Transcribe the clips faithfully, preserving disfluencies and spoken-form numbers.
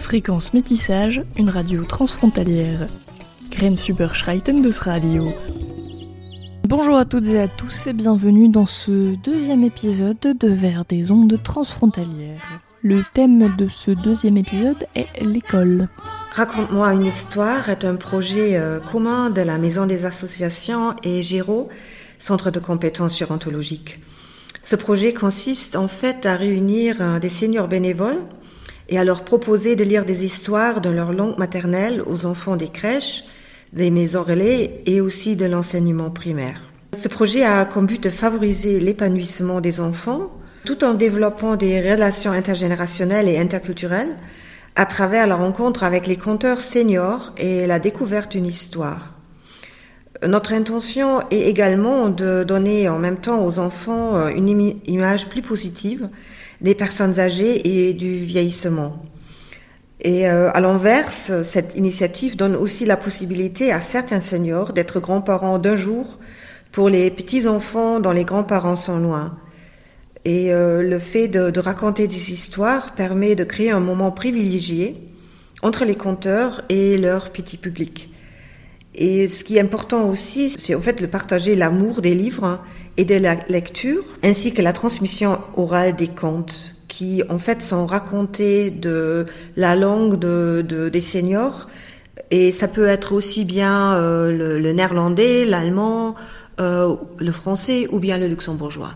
Fréquence Métissage, une radio transfrontalière. Grenzüberschreitend das Radio. Bonjour à toutes et à tous et bienvenue dans ce deuxième épisode de Vers des ondes transfrontalières. Le thème de ce deuxième épisode est l'école. Raconte-moi une histoire est un projet euh, commun de la Maison des associations et Géraud, Centre de compétences gérontologiques. Ce projet consiste en fait à réunir euh, des seniors bénévoles et à leur proposer de lire des histoires de leur langue maternelle aux enfants des crèches, des maisons relais et aussi de l'enseignement primaire. Ce projet a comme but de favoriser l'épanouissement des enfants tout en développant des relations intergénérationnelles et interculturelles à travers la rencontre avec les conteurs seniors et la découverte d'une histoire. Notre intention est également de donner en même temps aux enfants une im- image plus positive des personnes âgées et du vieillissement. Et euh, à l'inverse, cette initiative donne aussi la possibilité à certains seniors d'être grands-parents d'un jour pour les petits-enfants dont les grands-parents sont loin. Et euh, le fait de, de raconter des histoires permet de créer un moment privilégié entre les conteurs et leur petit public. Et ce qui est important aussi, c'est en fait de partager l'amour des livres et de la lecture, ainsi que la transmission orale des contes, qui en fait sont racontés de la langue de, de, des seniors. Et ça peut être aussi bien euh, le, le néerlandais, l'allemand, euh, le français ou bien le luxembourgeois.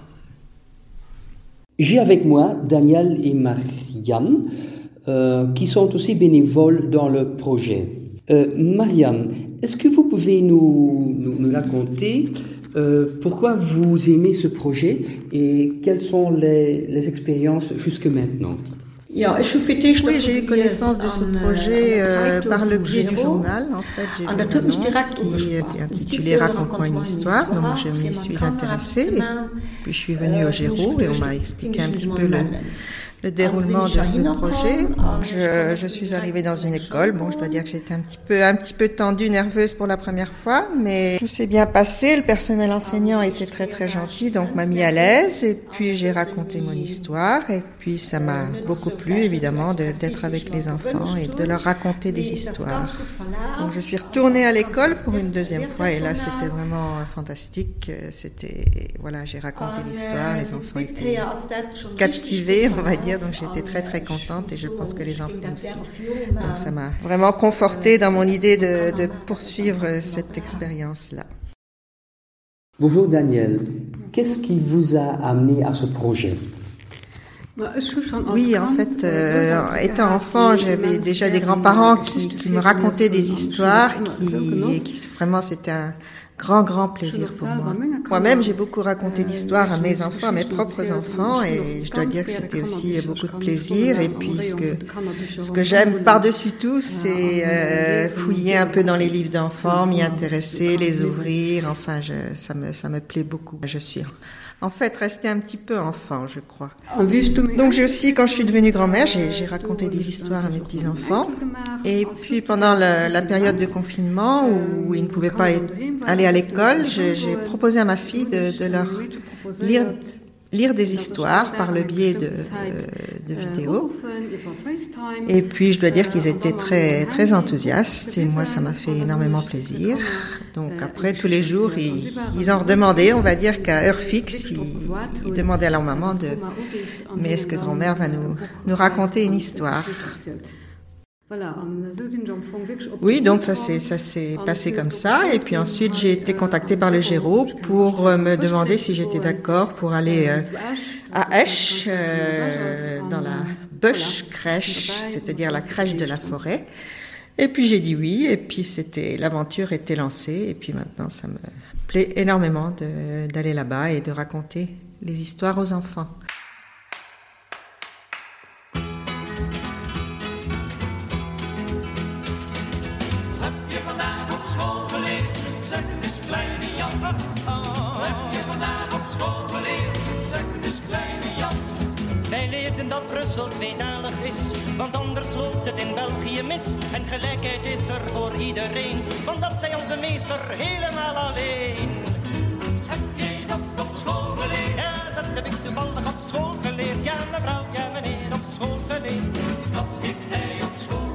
J'ai avec moi Daniel et Marianne, euh, qui sont aussi bénévoles dans le projet. Euh, Marianne, est-ce que vous pouvez nous, nous, nous raconter euh, pourquoi vous aimez ce projet et quelles sont les, les expériences jusque maintenant? Oui, j'ai eu connaissance de ce projet euh, par le biais du journal. En fait, j'ai lu une annonce qui était intitulée « Raconte-moi une histoire ». Donc, je m'y suis intéressée. Et puis, je suis venue au Géraud et on m'a expliqué un petit peu le, le déroulement de ce projet. Je, je suis arrivée dans une école. Bon, je dois dire que j'étais un petit peu, un petit peu tendue, nerveuse pour la première fois, mais tout s'est bien passé. Le personnel enseignant était très, très gentil, donc m'a mis à l'aise. Et puis, j'ai raconté mon histoire. Et puis, ça m'a beaucoup plu, évidemment, de, d'être avec les enfants et de leur raconter des histoires. Donc, je suis retournée à l'école pour une deuxième fois. Et là, c'était vraiment fantastique. C'était, voilà, j'ai raconté l'histoire. Les enfants étaient captivés, on va dire. Donc j'étais très très contente et je pense que les enfants aussi. Donc ça m'a vraiment confortée dans mon idée de, de poursuivre cette expérience-là. Bonjour Daniel, qu'est-ce qui vous a amené à ce projet? Oui, en fait, euh, étant enfant, j'avais déjà des grands-parents qui, qui me racontaient des histoires, qui, et qui vraiment c'était un grand, grand plaisir pour moi. Moi-même, j'ai beaucoup raconté d'histoires à mes enfants, à mes propres enfants, et je dois dire que c'était aussi beaucoup de plaisir. Et puis, ce que, ce que j'aime par-dessus tout, c'est euh, fouiller un peu dans les livres d'enfants, m'y intéresser, les ouvrir. Enfin, je, ça me, ça me plaît beaucoup. Je suis en fait restée un petit peu enfant, je crois. Donc, j'ai aussi, quand je suis devenue grand-mère, j'ai, j'ai raconté des histoires à mes petits-enfants. Et puis, pendant la, la période de confinement, où ils ne pouvaient pas aller à l'école, je, j'ai proposé à ma fille de, de leur lire, lire des histoires par le biais de, euh, de vidéos. Et puis, je dois dire qu'ils étaient très, très enthousiastes et moi, ça m'a fait énormément plaisir. Donc, après, tous les jours, ils, ils en redemandaient, on va dire qu'à heure fixe, ils, ils demandaient à leur maman de « Mais est-ce que grand-mère va nous, nous raconter une histoire ?» Oui, donc ça s'est, ça s'est passé comme ça. Et puis ensuite, j'ai été contactée par le Géraud pour me demander si j'étais d'accord pour aller euh, à Esch, euh, dans la Bush crèche, c'est-à-dire la crèche de la forêt. Et puis j'ai dit oui, et puis c'était, l'aventure était lancée. Et puis maintenant, ça me plaît énormément de, d'aller là-bas et de raconter les histoires aux enfants. Dat Brussel tweetalig is, want anders loopt het in België mis. En gelijkheid is er voor iedereen, want dat zei onze meester helemaal alleen. Heb jij dat op school geleerd? Ja, dat heb ik toevallig op school geleerd. Ja mevrouw, ja meneer, op school geleerd. Dat heeft hij op school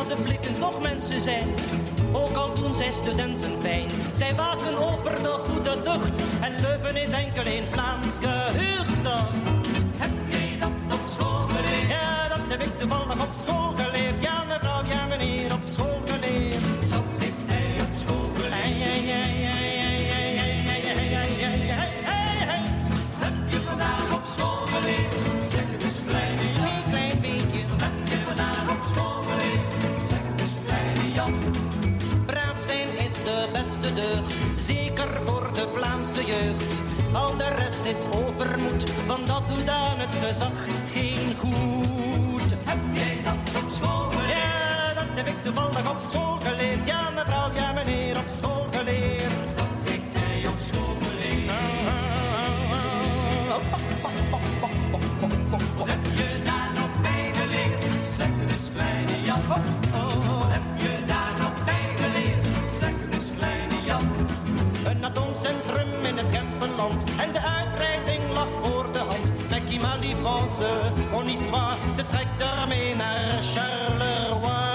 Terwijl de flikken toch mensen zijn, ook al doen zij studenten pijn. Zij waken over de goede tucht en Leuven is enkel een Vlaams gehucht. Heb jij dat op school geleerd? Ja, dat heb ik toevallig op school geleerd. Ja mevrouw, ja meneer, op school geleerd. Dat heeft hij op school geleerd. Hey, hey, hey, hey, hey, hey, hey, hey, hey, hey, hey, hey. Heb je vandaag op school geleerd? Zeg het eens kleine Jan. Een klein beetje. Heb je vandaag op school geleerd? Zeg het eens kleine Jan. Braaf zijn is de beste deugd, zeker voor de Vlaamse jeugd. Al de rest is overmoed, want dat doet aan het gezag geen goed. Heb jij dat op school geleerd? Ja, dat heb ik toevallig op school geleerd. Ja mevrouw, ja meneer, op school geleerd. Dat heeft hij op school geleerd. Heb je daar nog bij geleerd? Zeg het eens kleine Jan. Heb je daar nog bij geleerd? Zeg het eens kleine Jan. Een atoomcentrum in het Gempenland en de uitbreiding lag voor de hand. Mais qui m'a dit pense, on y soit, ze trekt daarmee naar Charleroi.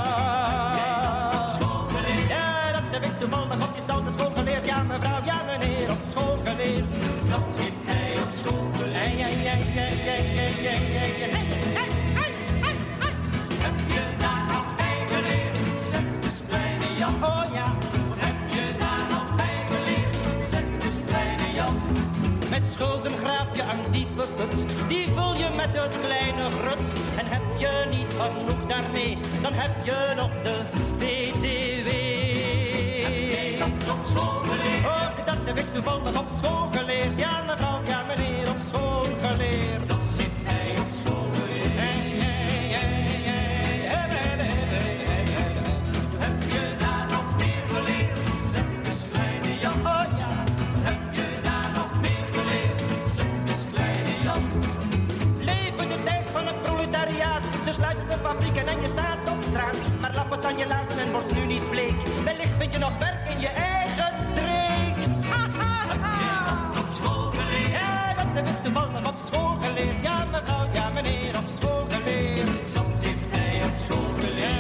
Ja, dat heb ik toevallig op gestalte school geleerd. Ja mevrouw, ja meneer, op school geleerd. Dat heeft hij op school geleerd. Hey, hey, hey, hey, hey, hey, hey, hey, hey, hey, hey, hey, hey. Heb je daar nog bij geleerd? Zeg het eens kleine Jan. Oh ja. Heb je daar nog bij geleerd? Zeg het eens kleine Jan. Met schulden graaf je een diepe put, die vul je met het kleine grut. En heb je niet genoeg daarmee, dan heb je nog de B T W. Heb je dat op school geleerd? Ook dat heb ik toevallig op school geleerd. Ja mevrouw, ja meneer, op school geleerd. Dat heeft hij op school geleerd. Hey, hey, hey, hey, hey, hey, hey, hey, hey. Heb je daar nog meer geleerd? Zeg het eens kleine Jan. Oh ja. Heb je daar nog meer geleerd? Zeg het eens kleine Jan. Leven de tijd van het proletariaat. Ze sluiten de fabrieken en je staat op straat. Maar lap het aan je lazen en wordt nu niet bleek. Wellicht vind je nog werk in je eigen streek. Ha, ha, ha. Heb je dat op school geleerd? Ja, dat heb ik toevallig op school geleerd. Ja mevrouw, ja meneer, op school geleerd. Dat heeft hij op school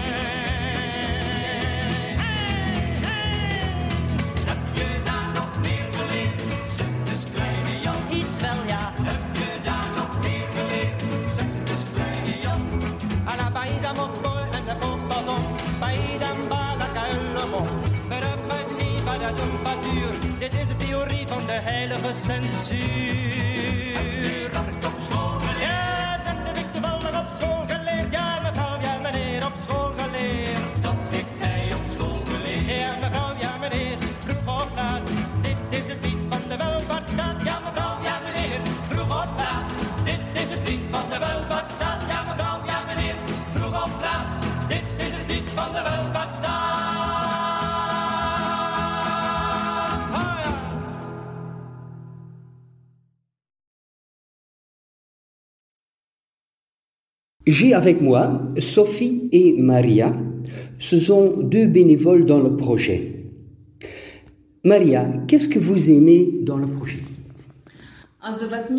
geleerd. Hey, hey. Heb je daar nog meer geleerd? Zeg het eens kleine Jan. Iets wel, ja. Heb je daar nog meer geleerd? Zeg het eens kleine Jan. À la baïda mokko en de koppadon, baïda mbala kuilemon. Dit is de theorie van de heilige censuur. Dat ik op school geleerd? Ja, dat heb ik toevallig op school geleerd. Ja mevrouw, ja meneer, op school geleerd. Dat heeft hij op school geleerd. Ja mevrouw, ja meneer, vroeg of laat. Dit is het lied van de welvaartsstaat. Ja mevrouw, ja meneer, vroeg of laat. Dit is het lied van de welvaartsstaat. Ja mevrouw, ja meneer, vroeg of laat. Dit is het lied van de welvaartsstaat. J'ai avec moi Sophie et Maria. Ce sont deux bénévoles dans le projet. Maria, qu'est-ce que vous aimez dans le projet? En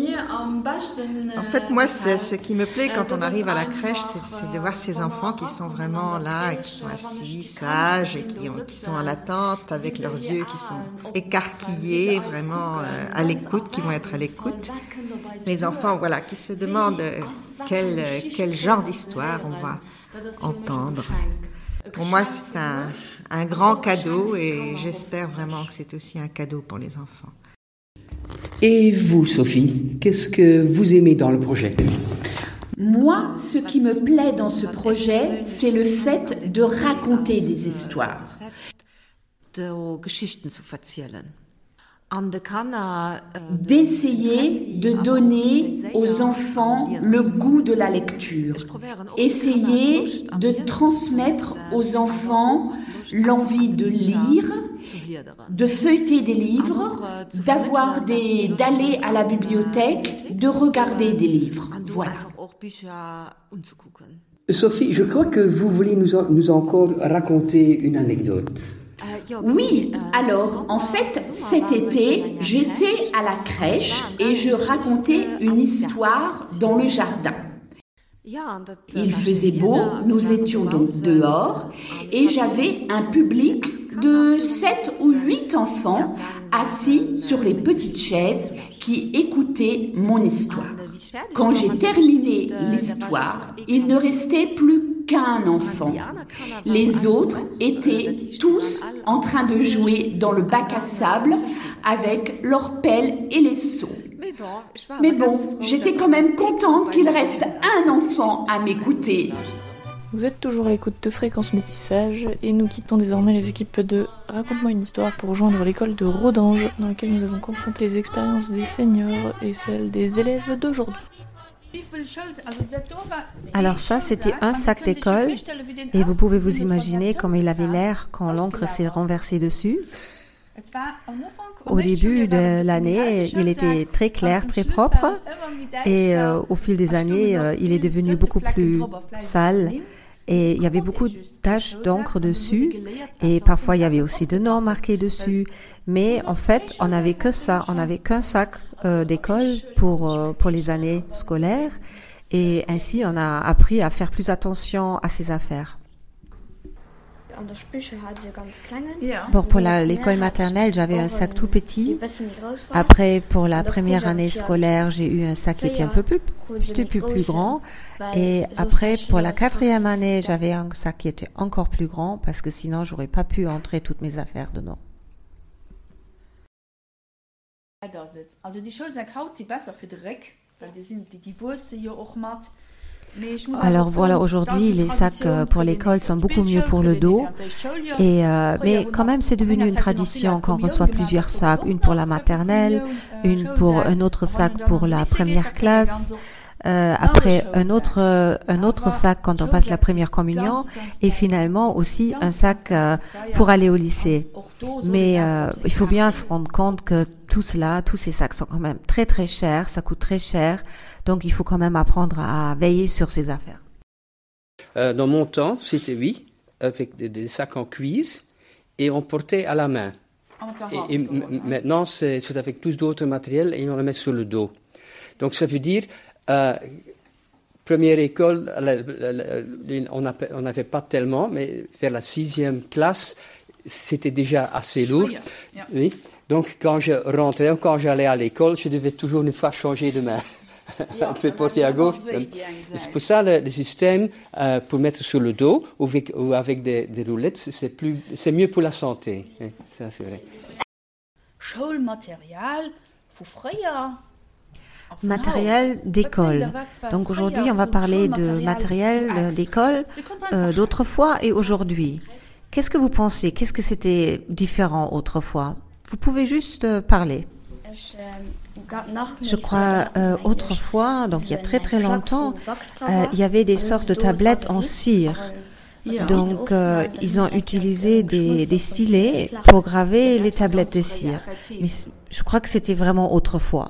fait, moi, c'est, ce qui me plaît quand on arrive à la crèche, c'est, c'est de voir ces enfants qui sont vraiment là, et qui sont assis, sages, et qui, ont, qui sont en attente, avec leurs yeux qui sont écarquillés, vraiment euh, à l'écoute, qui vont être à l'écoute. Les enfants, voilà, qui se demandent quel, quel genre d'histoire on va entendre. Pour moi, c'est un, un grand cadeau, et j'espère vraiment que c'est aussi un cadeau pour les enfants. Et vous, Sophie, qu'est-ce que vous aimez dans le projet? Moi, ce qui me plaît dans ce projet, c'est le fait de raconter des histoires. D'essayer de donner aux enfants le goût de la lecture. Essayer de transmettre aux enfants l'envie de lire, de feuilleter des livres, d'avoir des, d'aller à la bibliothèque, de regarder des livres. Voilà. Sophie, je crois que vous voulez nous, nous encore raconter une anecdote. Oui, alors en fait cet été j'étais à la crèche et je racontais une histoire dans le jardin. Il faisait beau, nous étions donc dehors et j'avais un public de sept ou huit enfants assis sur les petites chaises qui écoutaient mon histoire. Quand j'ai terminé l'histoire, il ne restait plus qu'un enfant. Les autres étaient tous en train de jouer dans le bac à sable avec leurs pelles et les seaux. Mais bon, j'étais quand même contente qu'il reste un enfant à m'écouter. Vous êtes toujours à l'écoute de Fréquence Métissage et nous quittons désormais les équipes de Raconte-moi une histoire pour rejoindre l'école de Rodange dans laquelle nous avons confronté les expériences des seniors et celles des élèves d'aujourd'hui. Alors ça, c'était un sac d'école et vous pouvez vous imaginer comment il avait l'air quand l'encre s'est renversée dessus. Au début de l'année, il était très clair, très propre et euh, au fil des années, euh, il est devenu beaucoup plus sale. Et il y avait beaucoup de taches d'encre dessus et parfois il y avait aussi de noms marqués dessus. Mais en fait, on n'avait que ça, on n'avait qu'un sac euh, d'école pour, euh, pour les années scolaires. Et ainsi, on a appris à faire plus attention à ses affaires. Bon, pour la, l'école maternelle, j'avais un sac tout petit. Après, pour la première année scolaire, j'ai eu un sac qui était un peu plus, plus, plus, plus grand. Et après, pour la quatrième année, j'avais un sac qui était encore plus grand parce que sinon, j'aurais pas pu entrer toutes mes affaires dedans. Alors voilà, aujourd'hui, les sacs pour l'école sont beaucoup mieux pour le dos. Et euh, mais quand même, c'est devenu une tradition qu'on reçoit plusieurs sacs, une pour la maternelle, une pour un autre sac pour la première classe. Euh, après un autre un autre sac quand on passe la première communion et finalement aussi un sac euh, pour aller au lycée. Mais euh, il faut bien se rendre compte que tout cela, tous ces sacs sont quand même très très chers, ça coûte très cher, donc il faut quand même apprendre à veiller sur ses affaires. Euh, dans mon temps, c'était oui, avec des, des sacs en cuir et on portait à la main. Et, et m- maintenant, c'est, c'est avec plus d'autres matériels et on le met sur le dos. Donc ça veut dire Euh, première école, on n'avait pas tellement, mais vers la sixième classe, c'était déjà assez lourd. Oui. Donc, quand je rentrais, quand j'allais à l'école, je devais toujours une fois changer de main. Un peu porter à gauche. C'est pour ça le, le système euh, pour mettre sur le dos ou avec, ou avec des, des roulettes, c'est, plus, c'est mieux pour la santé. Ça, c'est vrai. Schulmaterial, für früher. Matériel d'école. Donc aujourd'hui, on va parler de matériel d'école euh, d'autrefois et aujourd'hui. Qu'est-ce que vous pensez? Qu'est-ce que c'était différent autrefois? Vous pouvez juste euh, parler. Je crois euh, autrefois, donc il y a très très longtemps, euh, il y avait des sortes de tablettes en cire. Donc euh, ils ont utilisé des, des stylets pour graver les tablettes de cire. Mais je crois que c'était vraiment autrefois.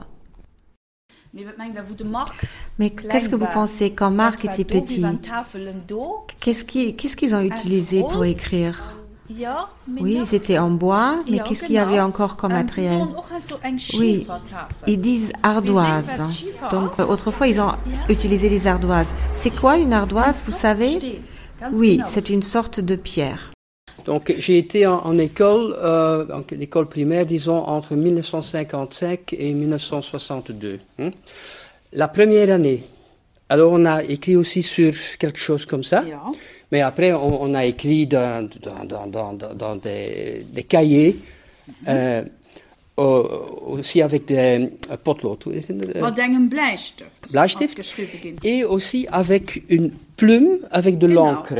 Mais qu'est-ce que vous pensez quand Marc était petit? Qu'est-ce qu'ils, qu'est-ce qu'ils ont utilisé pour écrire? Oui, ils étaient en bois, mais qu'est-ce qu'il y avait encore comme matériel? Oui, ils disent ardoise. Donc autrefois, ils ont utilisé les ardoises. C'est quoi une ardoise, vous savez? Oui, c'est une sorte de pierre. Donc, j'ai été en, en école, euh, donc l'école primaire, disons, entre dix-neuf cent cinquante-cinq et dix-neuf cent soixante-deux. Hein. La première année, alors on a écrit aussi sur quelque chose comme ça, yeah. Mais après, on, on a écrit dans, dans, dans, dans, dans des, des cahiers, mm-hmm. euh, aussi avec des euh, potlood. Euh, Bleistift. Bleistift. Et aussi avec une plume, avec de genau. l'encre.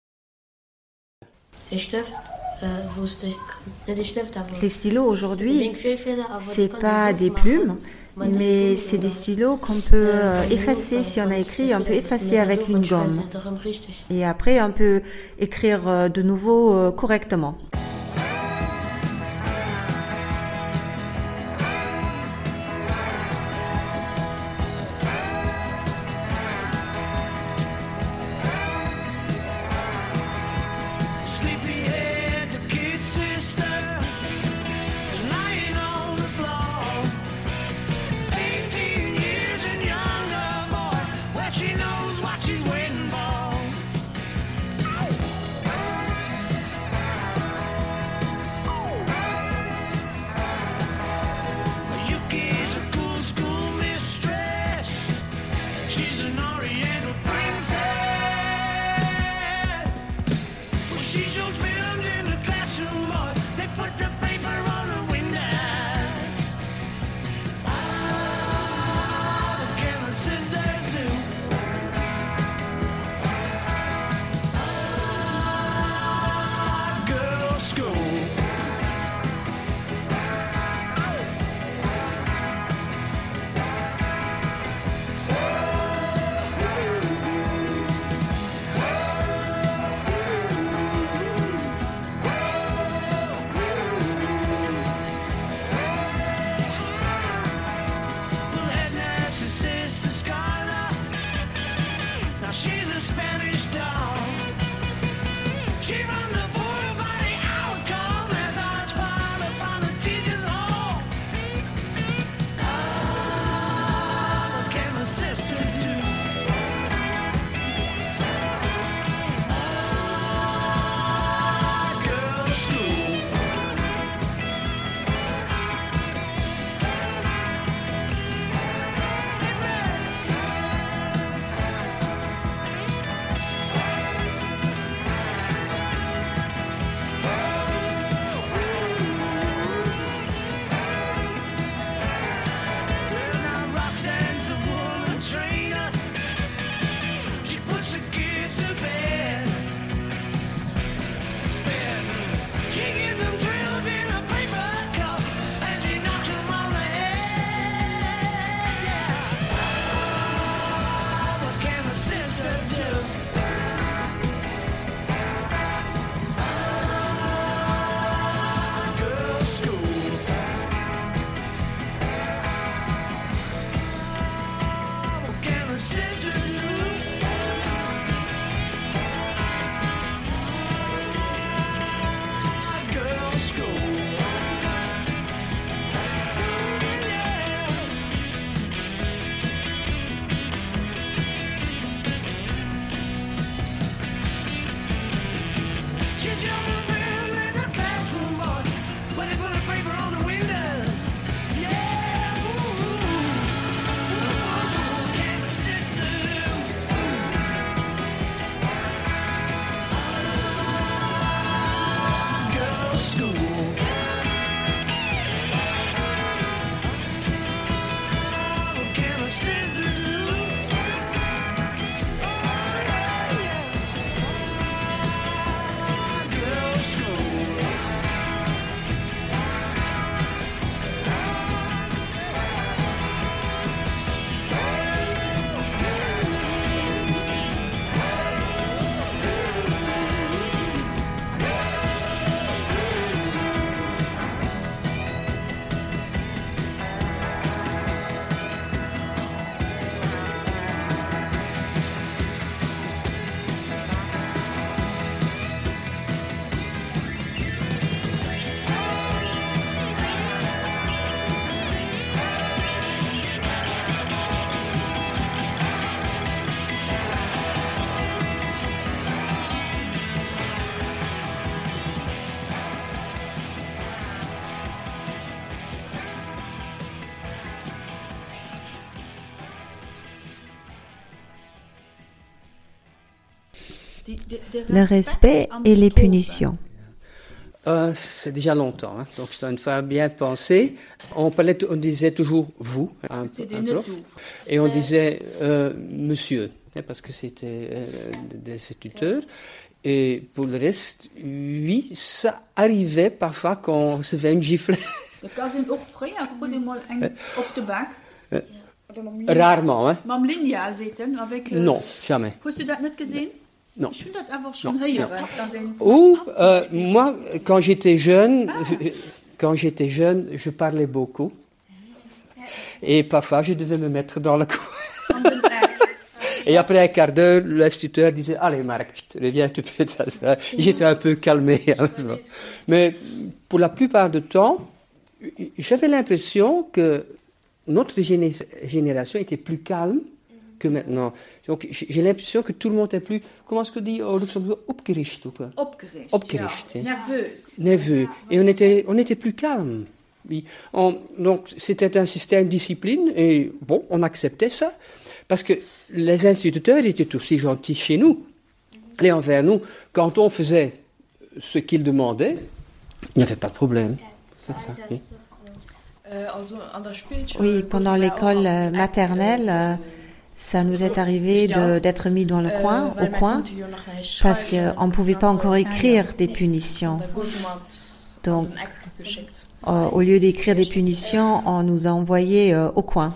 Les stylos aujourd'hui, c'est pas des plumes, mais c'est des stylos qu'on peut effacer. Si on a écrit, on peut effacer avec une gomme. Et après, on peut écrire de nouveau correctement. She knows what she Le respect et les punitions. Euh, c'est déjà longtemps, hein. Donc c'est une fois bien pensé. On parlait, on disait toujours vous, un, un prof, et on disait euh, monsieur, parce que c'était euh, des tuteurs. Et pour le reste, oui, ça arrivait parfois qu'on recevait une gifle. Rarement, hein. Non, jamais. Non. non, non. Ou euh, moi, quand j'étais jeune, ah. je, quand j'étais jeune, je parlais beaucoup, et parfois je devais me mettre dans le coin. Et après un quart d'heure, l'instituteur disait allez Marc, reviens tout de suite. J'étais un peu calmé. Mais pour la plupart du temps, j'avais l'impression que notre géné- génération était plus calme que maintenant. Donc, j'ai l'impression que tout le monde est plus, comment est-ce qu'on dit au Luxembourg, opgericht ou quoi? Opgericht, opgericht ja. Nerveux. Nerveux. Et on était, on était plus calme. Oui. On, donc, c'était un système discipline et bon, on acceptait ça parce que les instituteurs étaient aussi gentils chez nous et envers nous. Quand on faisait ce qu'ils demandaient, il n'y avait pas de problème. C'est ça, oui. Oui, pendant l'école maternelle, ça nous est arrivé de, d'être mis dans le coin, au coin, parce qu'on ne pouvait pas encore écrire des punitions. Donc, euh, au lieu d'écrire des punitions, on nous a envoyés euh, au coin.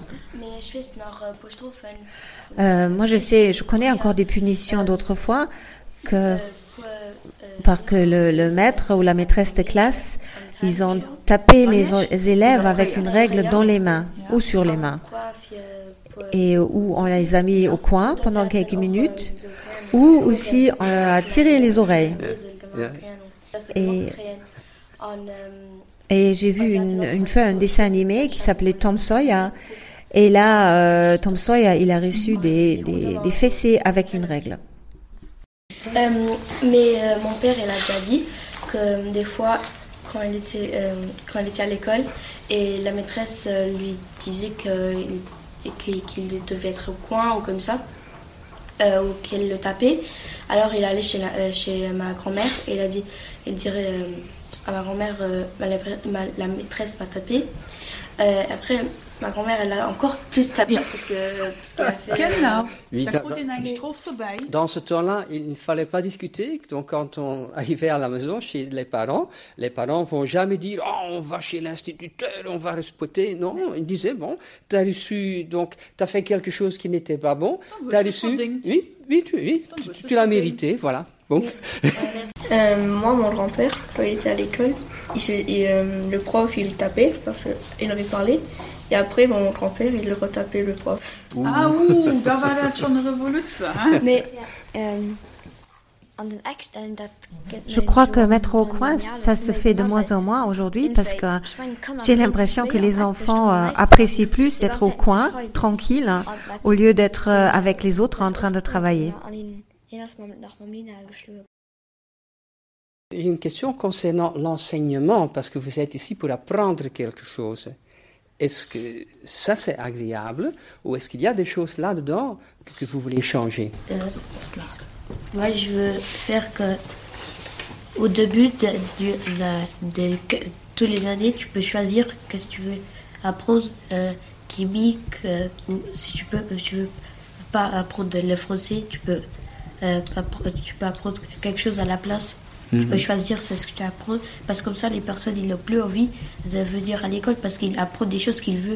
Euh, moi, je sais, je connais encore des punitions d'autrefois, que, parce que le, le maître ou la maîtresse de classe, ils ont tapé les, les élèves avec une règle dans les mains ou sur les mains. et où on les a mis au coin pendant quelques minutes, ou aussi on a tiré les oreilles. Et, et j'ai vu une, une fois un dessin animé qui s'appelait Tom Sawyer. Et là, euh, Tom Sawyer, il a reçu des, des, des fessées avec une règle. Euh, mais euh, mon père, il a déjà dit que euh, des fois, quand il était, euh, quand il était à l'école, et la maîtresse euh, lui disait qu'il, qu'il, qu'il devait être au coin ou comme ça, euh, ou qu'elle le tapait, alors il allait chez, la, euh, chez ma grand-mère et il a dit, il dirait euh, à ma grand-mère, euh, ma, ma, la maîtresse va taper. Euh, après, ma grand-mère, elle a encore plus tapé parce que parce qu'elle a fait. Genau. Oui, Da da- komt in een strof voorbij. Dans ce temps-là, il ne fallait pas discuter. Donc, quand on arrivait à la maison chez les parents, les parents vont jamais dire oh, on va chez l'instituteur, on va respecter. Non, ils disaient bon, tu as reçu, donc tu as fait quelque chose qui n'était pas bon. Tu as reçu. Oui, oui, tu, oui, tu, tu l'as mérité, voilà. Bon. Euh, moi, mon grand-père, quand il était à l'école, il se, et, euh, le prof, il tapait parce qu'il avait parlé. Et après, bon, mon grand-père, il retapait le prof. Ouh. Ah, ouh, daar was dat schon een revolutie. Hein? Mais je crois que mettre au coin, ça se fait de moins en moins aujourd'hui parce que j'ai l'impression que les enfants euh, apprécient plus d'être au coin, tranquille, hein, au lieu d'être euh, avec les autres en train de travailler. J'ai une question concernant l'enseignement, parce que vous êtes ici pour apprendre quelque chose. Est-ce que ça c'est agréable ou est-ce qu'il y a des choses là-dedans que, que vous voulez changer? euh, Moi, je veux faire que au début de, de, de, de, de tous les années, tu peux choisir qu'est-ce que tu veux apprendre, euh, chimique, euh, ou si tu peux, tu veux pas apprendre le français, tu peux, euh, tu peux apprendre quelque chose à la place. Tu peux choisir ce que tu apprends, parce que comme ça, les personnes, ils n'ont plus envie de venir à l'école parce qu'ils apprennent des choses qu'ils veulent.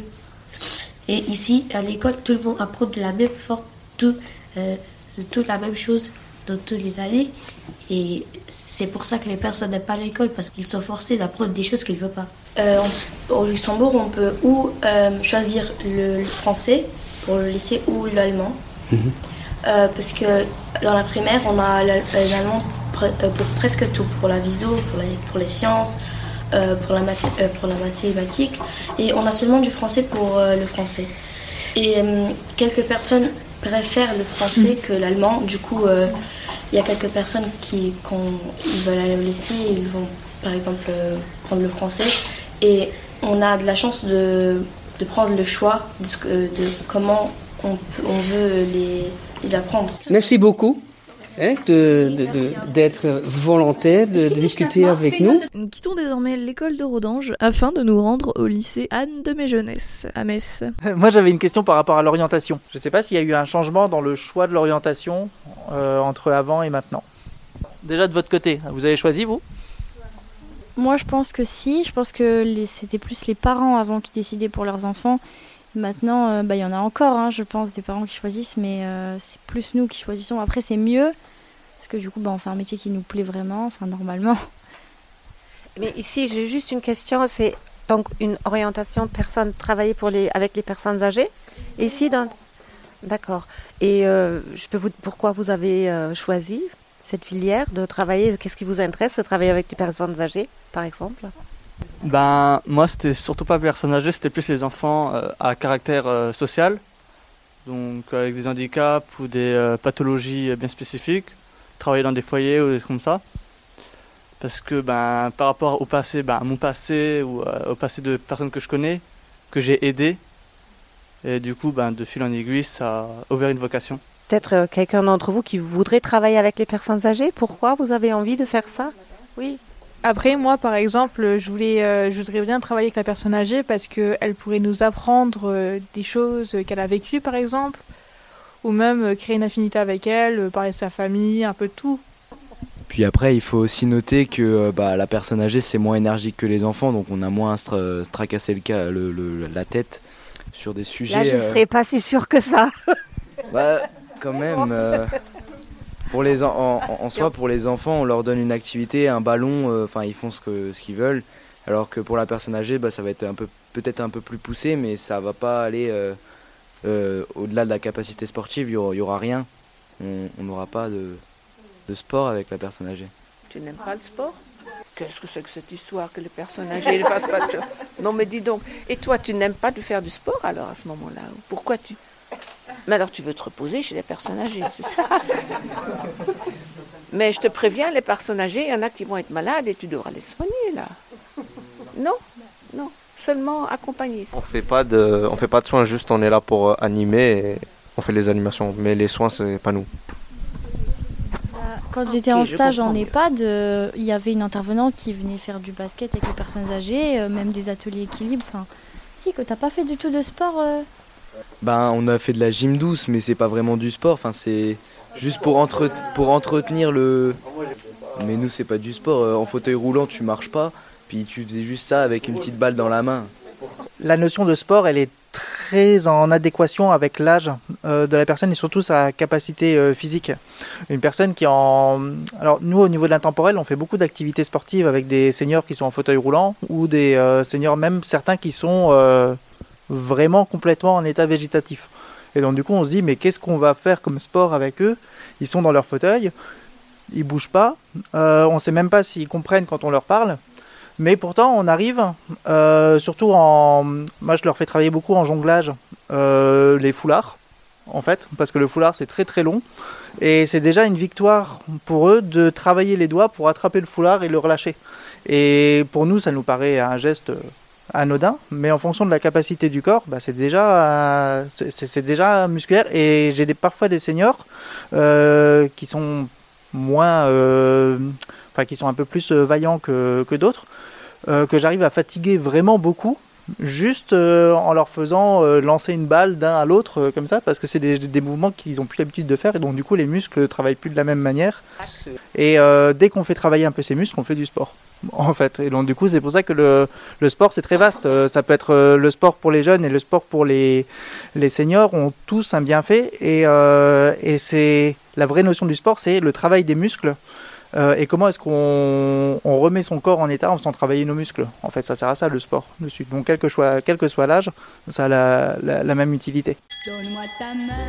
Et ici, à l'école, tout le monde apprend de la même forme, tout, euh, toute la même chose dans toutes les années. Et c'est pour ça que les personnes n'aiment pas l'école, parce qu'ils sont forcés d'apprendre des choses qu'ils ne veulent pas. Euh, on, au Luxembourg, on peut ou euh, choisir le, le français pour le lycée ou l'allemand. Mm-hmm. Euh, parce que dans la primaire, on a l'allemand pour presque tout, pour la viso, pour les, pour les sciences, euh, pour, la mathi- euh, pour la mathématique, et on a seulement du français pour euh, le français. Et euh, quelques personnes préfèrent le français que l'allemand, du coup il euh, y a quelques personnes qui, quand ils veulent aller au lycée, ils vont par exemple euh, prendre le français, et on a de la chance de, de prendre le choix de, ce que, de comment on, peut, on veut les, les apprendre. Merci beaucoup. Hein, de, de, de, d'être volontaire, de, de discuter avec nous. Nous quittons désormais l'école de Rodange afin de nous rendre au lycée Anne de Méjeunesse à Metz. Moi j'avais une question par rapport à l'orientation. Je ne sais pas s'il y a eu un changement dans le choix de l'orientation euh, entre avant et maintenant. Déjà de votre côté, vous avez choisi vous ? Moi je pense que si, je pense que les, c'était plus les parents avant qui décidaient pour leurs enfants. Maintenant, euh, bah, y en a encore, hein, je pense, des parents qui choisissent, mais euh, c'est plus nous qui choisissons. Après, c'est mieux, parce que du coup, bah, on fait un métier qui nous plaît vraiment, enfin, normalement. Mais ici, j'ai juste une question, c'est donc une orientation de personnes travailler pour les, avec les personnes âgées. Ici, dans... D'accord. Et euh, je peux vous pourquoi vous avez euh, choisi cette filière de travailler, qu'est-ce qui vous intéresse de travailler avec les personnes âgées, par exemple ? Ben, moi, c'était surtout pas personnes âgées, c'était plus les enfants euh, à caractère euh, social, donc avec des handicaps ou des euh, pathologies bien spécifiques, travailler dans des foyers ou des trucs comme ça. Parce que ben, par rapport au passé, ben, à mon passé ou euh, au passé de personnes que je connais, que j'ai aidées, et du coup, ben, de fil en aiguille, ça a ouvert une vocation. Peut-être euh, quelqu'un d'entre vous qui voudrait travailler avec les personnes âgées, pourquoi vous avez envie de faire ça ? Oui. Après, moi, par exemple, je, voulais, euh, je voudrais bien travailler avec la personne âgée parce qu'elle pourrait nous apprendre euh, des choses qu'elle a vécues, par exemple, ou même euh, créer une affinité avec elle, euh, parler de sa famille, un peu de tout. Puis après, il faut aussi noter que euh, bah, la personne âgée, c'est moins énergique que les enfants, donc on a moins à se tra- tracasser le cas, le, le, la tête sur des sujets... Là, je ne euh... serais pas si sûre que ça. Bah, quand même... Euh... Pour les en, en, en soi, pour les enfants, on leur donne une activité, un ballon, enfin euh, ils font ce que ce qu'ils veulent. Alors que pour la personne âgée, bah, ça va être un peu peut-être un peu plus poussé, mais ça va pas aller euh, euh, au-delà de la capacité sportive, il n'y aura rien. On n'aura pas de, de sport avec la personne âgée. Tu n'aimes pas le sport ? Qu'est-ce que c'est que cette histoire que les personnes âgées ne fassent pas de sport ? Non mais dis donc, et toi tu n'aimes pas de faire du sport alors à ce moment-là ? Pourquoi tu... Mais alors tu veux te reposer chez les personnes âgées, c'est ça ? Mais je te préviens, les personnes âgées, il y en a qui vont être malades et tu devras les soigner là. Non, non, seulement accompagner. On fait pas de, on fait pas de soins, juste on est là pour animer et on fait les animations, mais les soins c'est pas nous. Quand j'étais en stage en EHPAD, euh, il y avait une intervenante qui venait faire du basket avec les personnes âgées, euh, même des ateliers équilibre. Enfin, si, que t'as pas fait du tout de sport euh... Ben, on a fait de la gym douce, mais c'est pas vraiment du sport. Enfin, c'est juste pour, entre... pour entretenir le... Mais nous, c'est pas du sport. En fauteuil roulant, tu marches pas, puis tu faisais juste ça avec une petite balle dans la main. La notion de sport, elle est très en adéquation avec l'âge euh, de la personne et surtout sa capacité euh, physique. Une personne qui en... Alors nous, au niveau de l'intemporel, on fait beaucoup d'activités sportives avec des seniors qui sont en fauteuil roulant ou des euh, seniors, même certains qui sont euh, vraiment complètement en état végétatif. Et donc du coup, on se dit, mais qu'est-ce qu'on va faire comme sport avec eux ? Ils sont dans leur fauteuil, ils bougent pas, euh, on sait même pas s'ils comprennent quand on leur parle. Mais pourtant, on arrive, euh, surtout en... Moi, je leur fais travailler beaucoup en jonglage, euh, les foulards, en fait, parce que le foulard, c'est très très long. Et c'est déjà une victoire pour eux de travailler les doigts pour attraper le foulard et le relâcher. Et pour nous, ça nous paraît un geste anodin, mais en fonction de la capacité du corps, bah, c'est déjà, euh, c'est, c'est déjà musculaire. Et j'ai des, parfois des seniors euh, qui sont moins... Euh, enfin qui sont un peu plus vaillants que, que d'autres, euh, que j'arrive à fatiguer vraiment beaucoup, juste euh, en leur faisant euh, lancer une balle d'un à l'autre, euh, comme ça, parce que c'est des, des mouvements qu'ils n'ont plus l'habitude de faire, et donc du coup les muscles ne travaillent plus de la même manière. Et euh, dès qu'on fait travailler un peu ces muscles, on fait du sport, en fait. Et donc du coup c'est pour ça que le, le sport c'est très vaste. Euh, ça peut être euh, le sport pour les jeunes et le sport pour les, les seniors ont tous un bienfait, et, euh, et c'est la vraie notion du sport, c'est le travail des muscles. Euh, et comment est-ce qu'on on remet son corps en état en faisant travailler nos muscles ? En fait, ça sert à ça le sport dessus. Donc, quel que soit, quel que soit l'âge, ça a la, la, la même utilité. Donne-moi ta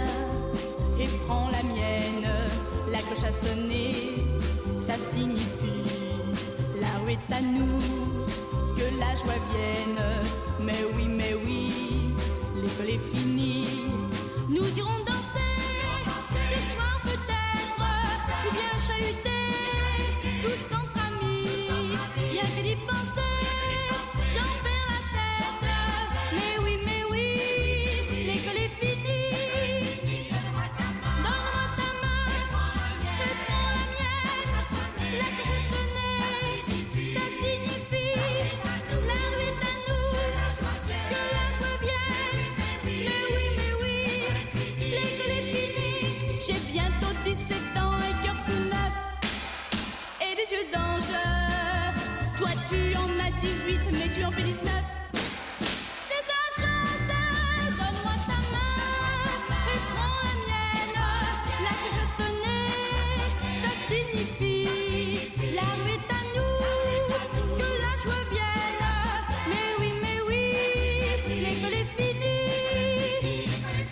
main et prends la mienne. La cloche a sonné, ça signifie la rue est à nous, que la joie vienne. Mais oui, mais oui, l'école est finie. Nous irons danser ce soir peut-être, ou bien chahuter. Tous entre amis, rien que d'y penser, j'en perds la tête. Mais oui, mais oui, l'école est finie. Donne-moi ta main, je prends la mienne. La cloche a sonné, ça signifie la rue est à nous, que la joie vienne. Mais oui, mais oui, l'école est finie. J'ai bientôt dix-sept ans et cœur tout neuf. Et des yeux d'ange. Toi tu en as dix-huit mais tu en fais dix-neuf. C'est sa chance. Donne-moi ta main et prends la mienne. La cloche a sonné, ça signifie la rue est à nous, que la joie vienne. Mais oui, mais oui, l'école est finie.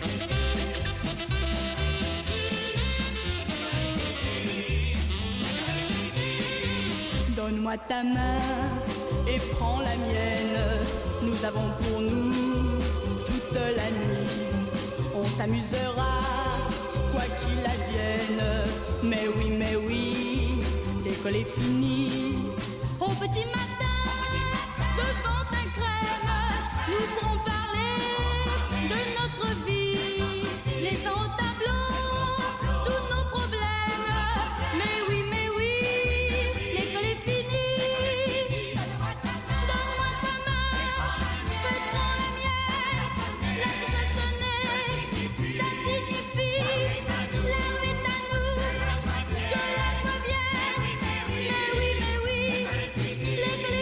Donne-moi ta main et prends la mienne. Nous avons pour nous toute la nuit. On s'amusera, quoi qu'il advienne. Mais oui, mais oui, l'école est finie. Au petit matin, devant un crème, nous pourrons parler de notre vie, laissant au tableau tous nos problèmes. Mais oui, mais oui, l'école est finie. Donne-moi ta main, fais prendre la mienne. La cloche a sonné, ça signifie la rue est à nous, que la joie vienne. Mais oui, mais oui, l'école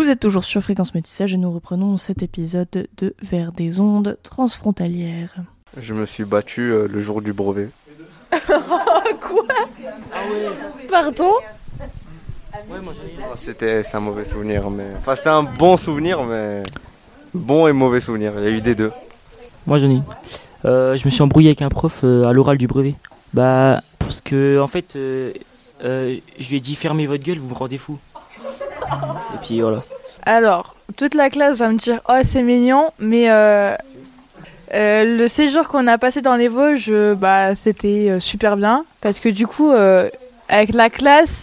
Vous êtes toujours sur Fréquence Métissage et nous reprenons cet épisode de Vers des ondes transfrontalières. Je me suis battu euh, le jour du brevet. Quoi? Pardon? C'était, c'était un mauvais souvenir, mais... Enfin, c'était un bon souvenir, mais... Bon et mauvais souvenir, il y a eu des deux. Moi j'en ai. Euh, je me suis embrouillé avec un prof euh, à l'oral du brevet. Bah, parce que, en fait, euh, euh, je lui ai dit fermez votre gueule, vous me rendez fou. Et puis voilà. Alors, toute la classe va me dire oh c'est mignon, mais euh, euh, le séjour qu'on a passé dans les Vosges, euh, bah c'était euh, super bien parce que du coup, euh, avec la classe,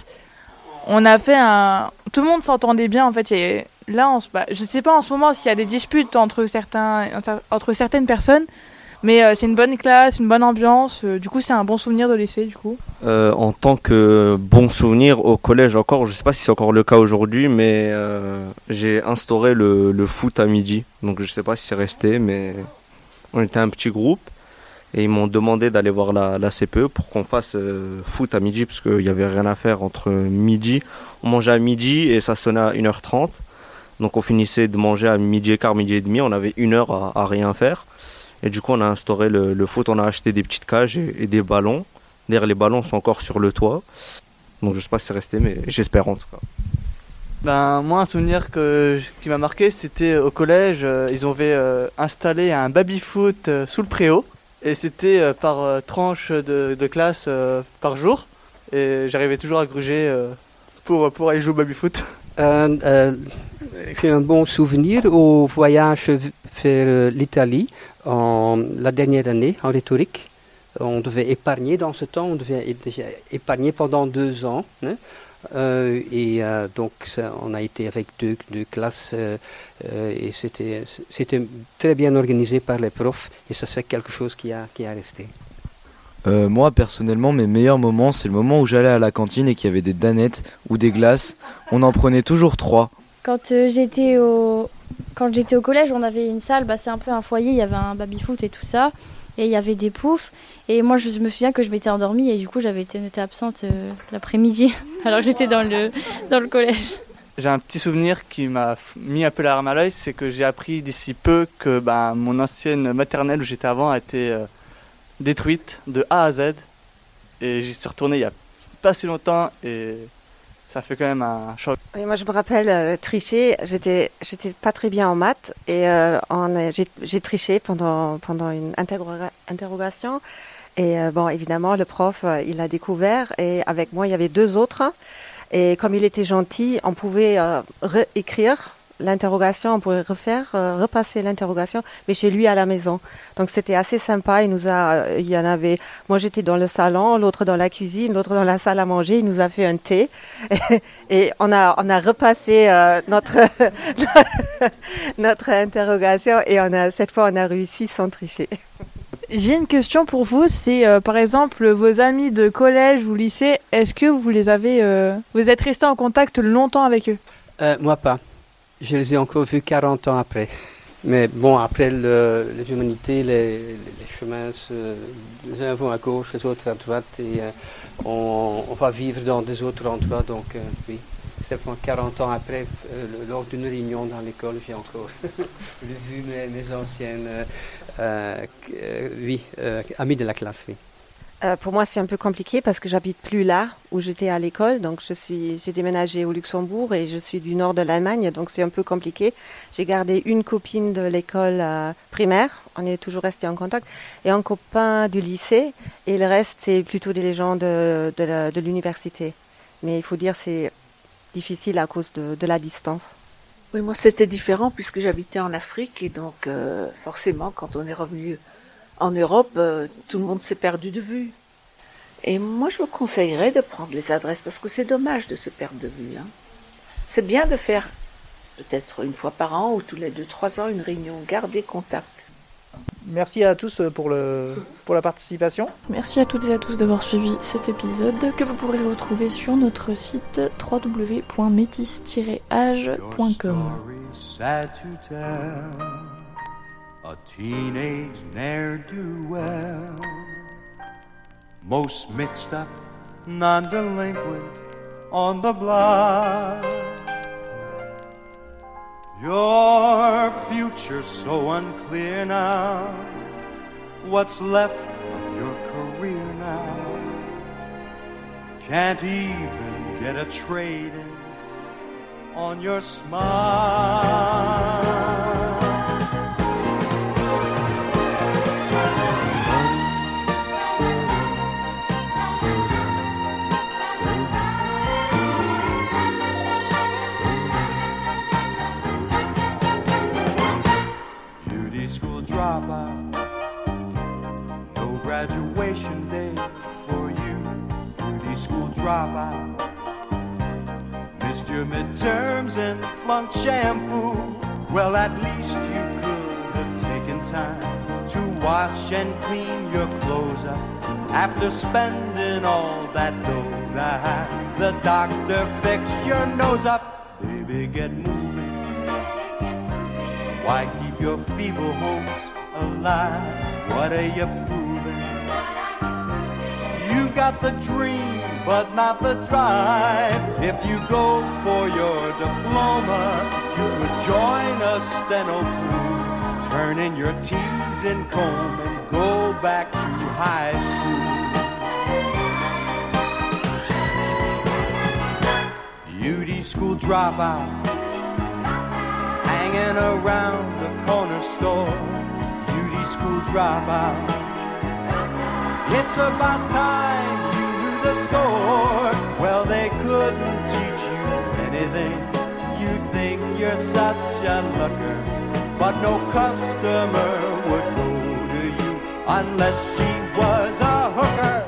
on a fait un, tout le monde s'entendait bien en fait. Et là, on se... bah, je sais pas en ce moment s'il y a des disputes entre certains, entre, entre certaines personnes. Mais euh, c'est une bonne classe, une bonne ambiance. Euh, du coup, c'est un bon souvenir de lycée, du coup. Euh, en tant que bon souvenir au collège encore, je sais pas si c'est encore le cas aujourd'hui, mais euh, j'ai instauré le, le foot à midi. Donc je sais pas si c'est resté, mais on était un petit groupe et ils m'ont demandé d'aller voir la, la C P E pour qu'on fasse euh, foot à midi parce qu'il y avait rien à faire entre midi. On mangeait à midi et ça sonnait à une heure trente. Donc on finissait de manger à midi et quart, midi et demi. On avait une heure à, à rien faire. Et du coup, on a instauré le, le foot, on a acheté des petites cages et, et des ballons. D'ailleurs, les ballons sont encore sur le toit. Donc, je sais pas si c'est resté, mais j'espère en tout cas. Ben, moi, un souvenir que, qui m'a marqué, c'était au collège. Euh, ils avaient euh, installé un baby-foot euh, sous le préau. Et c'était euh, par euh, tranche de, de classe euh, par jour. Et j'arrivais toujours à gruger euh, pour, pour aller jouer au baby-foot. Euh, euh, j'ai un bon souvenir au voyage vers l'Italie en la dernière année en rhétorique. On devait épargner dans ce temps, on devait épargner pendant deux ans. Hein, euh, et euh, donc ça, on a été avec deux, deux classes euh, euh, et c'était, c'était très bien organisé par les profs et ça c'est quelque chose qui a, qui a resté. Euh, moi personnellement mes meilleurs moments c'est le moment où j'allais à la cantine et qu'il y avait des danettes ou des glaces. On en prenait toujours trois. Quand euh, j'étais au quand j'étais au collège, on avait une salle, bah, c'est un peu un foyer, il y avait un baby-foot et tout ça, et il y avait des poufs. Et moi, je me souviens que je m'étais endormie et du coup, j'avais été, été absente euh, l'après-midi, alors que j'étais dans le, dans le collège. J'ai un petit souvenir qui m'a mis un peu la larme à l'œil, c'est que j'ai appris d'ici peu que bah, mon ancienne maternelle où j'étais avant a été euh, détruite de A à Z. Et j'y suis retourné il n'y a pas si longtemps et ça fait quand même un choc. Et moi, je me rappelle euh, tricher. J'étais, j'étais pas très bien en maths et euh, en, j'ai, j'ai triché pendant, pendant une interroga- interrogation. Et euh, bon, évidemment, le prof, euh, il a découvert et avec moi, il y avait deux autres. Et comme il était gentil, on pouvait euh, réécrire l'interrogation, on pouvait refaire, euh, repasser l'interrogation, mais chez lui à la maison. Donc c'était assez sympa. Il nous a, il y en avait. Moi j'étais dans le salon, l'autre dans la cuisine, l'autre dans la salle à manger. Il nous a fait un thé et on a, on a repassé euh, notre notre interrogation et on a cette fois on a réussi sans tricher. J'ai une question pour vous, c'est euh, par exemple vos amis de collège ou lycée, est-ce que vous les avez, euh, vous êtes restés en contact longtemps avec eux? euh, Moi pas. Je les ai encore vus quarante ans après. Mais bon, après le, les humanités, les, les, les chemins, se, les uns vont à gauche, les autres à droite, et euh, on, on va vivre dans des autres endroits, donc euh, oui. Seulement quarante ans après, euh, lors d'une réunion dans l'école, j'ai encore vu mes, mes anciennes euh, euh, oui, euh, amis de la classe, oui. Euh, pour moi, c'est un peu compliqué parce que j'habite plus là où j'étais à l'école. Donc, je suis, j'ai déménagé au Luxembourg et je suis du nord de l'Allemagne. Donc, c'est un peu compliqué. J'ai gardé une copine de l'école euh, primaire. On est toujours resté en contact. Et un copain du lycée. Et le reste, c'est plutôt des gens de, de, la, de l'université. Mais il faut dire c'est difficile à cause de, de la distance. Oui, moi, c'était différent puisque j'habitais en Afrique. Et donc, euh, forcément, quand on est revenu en Europe, euh, tout le monde s'est perdu de vue. Et moi, je vous conseillerais de prendre les adresses parce que c'est dommage de se perdre de vue. Hein. C'est bien de faire peut-être une fois par an ou tous les deux, trois ans une réunion, garder contact. Merci à tous pour, le, pour la participation. Merci à toutes et à tous d'avoir suivi cet épisode que vous pourrez retrouver sur notre site w w w point métis tiret age point com. A teenage ne'er-do-well, most mixed up, non-delinquent on the block. Your future's so unclear now. What's left of your career now? Can't even get a trade in on your smile. Dropout, no graduation day for you. Beauty school dropout, missed your midterms and flunked shampoo. Well, at least you could have taken time to wash and clean your clothes up after spending all that dough to have the doctor fix your nose up. Baby, get moving. Why keep your feeble hopes alive? What are you proving? You've got the dream, but not the drive. If you go for your diploma, you could join a steno pool, turn in your T's and comb and go back to high school. Beauty school dropout, hanging around the corner store. Beauty school dropout, it's about time you knew the score. Well, they couldn't teach you anything. You think you're such a looker, but no customer would go to you unless she was a hooker.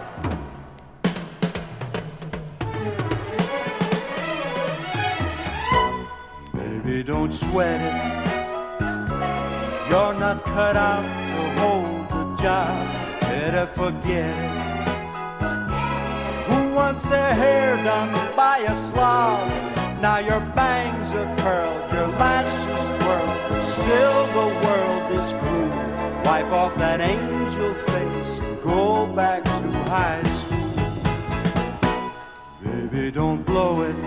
Baby, don't sweat it. You're not cut out to hold the job. Better forget it. Who wants their hair done by a slob? Now your bangs are curled, your lashes twirled. Still the world is cruel. Wipe off that angel face, go back to high school. Baby, don't blow it.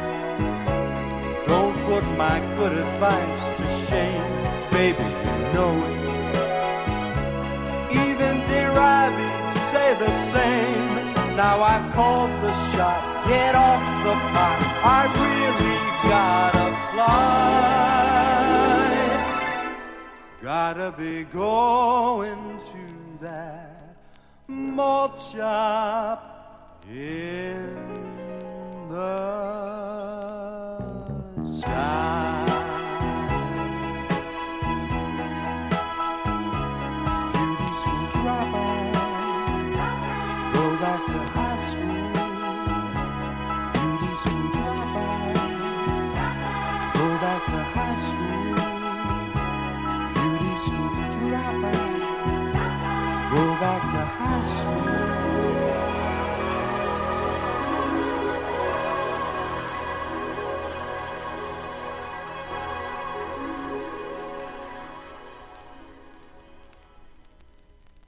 Don't put my good advice to shame. Baby, you know it. Even dear rabbits say the same. Now I've called the shot, get off the pot. I really gotta fly. Gotta be going to that malt shop in the